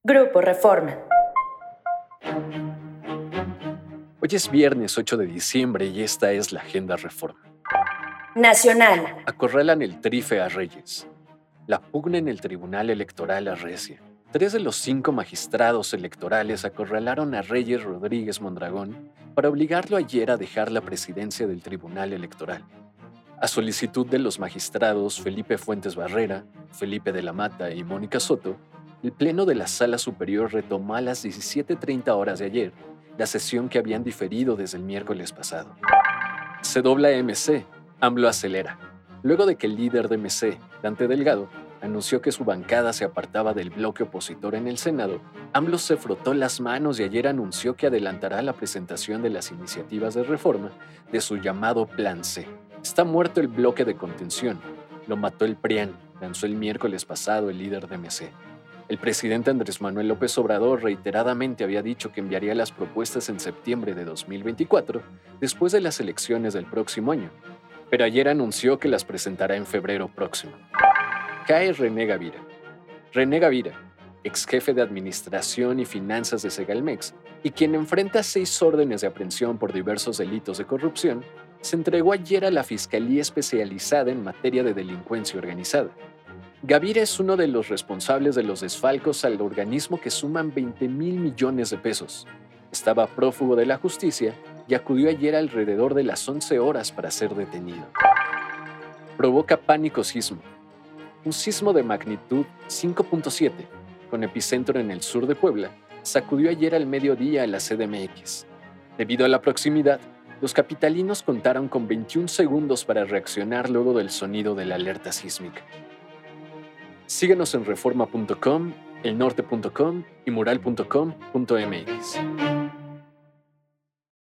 Grupo Reforma. Hoy es viernes 8 de diciembre y esta es la Agenda Reforma. Nacional. Acorralan el trife a Reyes. La pugna en el Tribunal Electoral arrecia. 3 de los 5 magistrados electorales acorralaron a Reyes Rodríguez Mondragón para obligarlo ayer a dejar la presidencia del Tribunal Electoral. A solicitud de los magistrados Felipe Fuentes Barrera, Felipe de la Mata y Mónica Soto, el Pleno de la Sala Superior retomó a las 17:30 horas de ayer la sesión que habían diferido desde el miércoles pasado. Se dobla MC, AMLO acelera. Luego de que el líder de MC, Dante Delgado, anunció que su bancada se apartaba del bloque opositor en el Senado, AMLO se frotó las manos y ayer anunció que adelantará la presentación de las iniciativas de reforma de su llamado Plan C. Está muerto el bloque de contención. Lo mató el PRIAN, lanzó el miércoles pasado el líder de MC. El presidente Andrés Manuel López Obrador reiteradamente había dicho que enviaría las propuestas en septiembre de 2024, después de las elecciones del próximo año, pero ayer anunció que las presentará en febrero próximo. Cae René Gavira. René Gavira, ex jefe de Administración y Finanzas de Segalmex, y quien enfrenta 6 órdenes de aprehensión por diversos delitos de corrupción, se entregó ayer a la Fiscalía Especializada en Materia de Delincuencia Organizada. Gavira es uno de los responsables de los desfalcos al organismo que suman 20,000 millones de pesos. Estaba prófugo de la justicia y acudió ayer alrededor de las 11 horas para ser detenido. Provoca pánico sismo. Un sismo de magnitud 5.7, con epicentro en el sur de Puebla, sacudió ayer al mediodía a la CDMX. Debido a la proximidad, los capitalinos contaron con 21 segundos para reaccionar luego del sonido de la alerta sísmica. Síguenos en reforma.com, elnorte.com y mural.com.mx.